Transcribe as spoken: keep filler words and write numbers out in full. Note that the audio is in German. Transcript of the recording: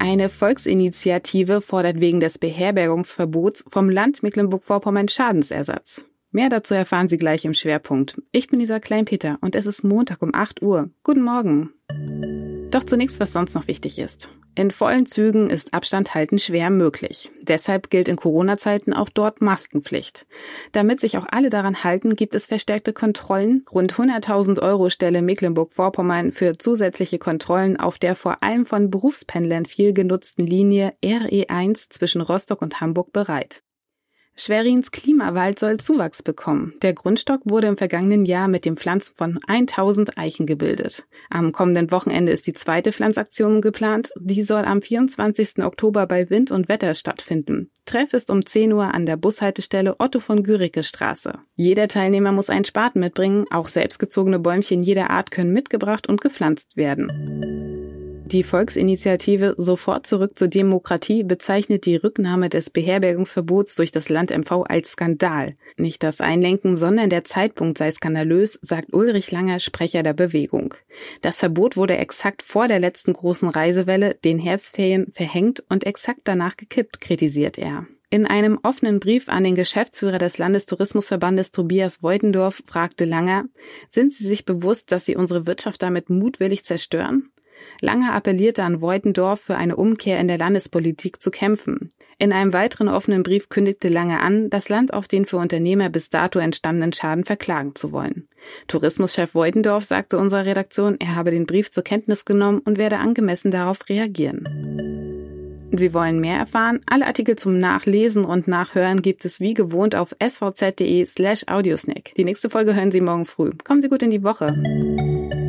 Eine Volksinitiative fordert wegen des Beherbergungsverbots vom Land Mecklenburg-Vorpommern Schadensersatz. Mehr dazu erfahren Sie gleich im Schwerpunkt. Ich bin Lisa Klein-Peter und es ist Montag um acht Uhr. Guten Morgen. Doch zunächst, was sonst noch wichtig ist. In vollen Zügen ist Abstand halten schwer möglich. Deshalb gilt in Corona-Zeiten auch dort Maskenpflicht. Damit sich auch alle daran halten, gibt es verstärkte Kontrollen. Rund hunderttausend Euro stelle Mecklenburg-Vorpommern für zusätzliche Kontrollen auf der vor allem von Berufspendlern viel genutzten Linie R E eins zwischen Rostock und Hamburg bereit. Schwerins Klimawald soll Zuwachs bekommen. Der Grundstock wurde im vergangenen Jahr mit dem Pflanzen von tausend Eichen gebildet. Am kommenden Wochenende ist die zweite Pflanzaktion geplant. Die soll am vierundzwanzigsten Oktober bei Wind und Wetter stattfinden. Treff ist um zehn Uhr an der Bushaltestelle Otto von Guericke Straße. Jeder Teilnehmer muss einen Spaten mitbringen. Auch selbstgezogene Bäumchen jeder Art können mitgebracht und gepflanzt werden. Die Volksinitiative Sofort zurück zur Demokratie bezeichnet die Rücknahme des Beherbergungsverbots durch das Land M V als Skandal. Nicht das Einlenken, sondern der Zeitpunkt sei skandalös, sagt Ulrich Langer, Sprecher der Bewegung. Das Verbot wurde exakt vor der letzten großen Reisewelle, den Herbstferien, verhängt und exakt danach gekippt, kritisiert er. In einem offenen Brief an den Geschäftsführer des Landestourismusverbandes Tobias Voitendorf fragte Langer, sind Sie sich bewusst, dass Sie unsere Wirtschaft damit mutwillig zerstören? Langer appellierte an Voitendorf, für eine Umkehr in der Landespolitik zu kämpfen. In einem weiteren offenen Brief kündigte Langer an, das Land auf den für Unternehmer bis dato entstandenen Schaden verklagen zu wollen. Tourismuschef Voitendorf sagte unserer Redaktion, er habe den Brief zur Kenntnis genommen und werde angemessen darauf reagieren. Sie wollen mehr erfahren? Alle Artikel zum Nachlesen und Nachhören gibt es wie gewohnt auf svz.de slash audiosnack. Die nächste Folge hören Sie morgen früh. Kommen Sie gut in die Woche.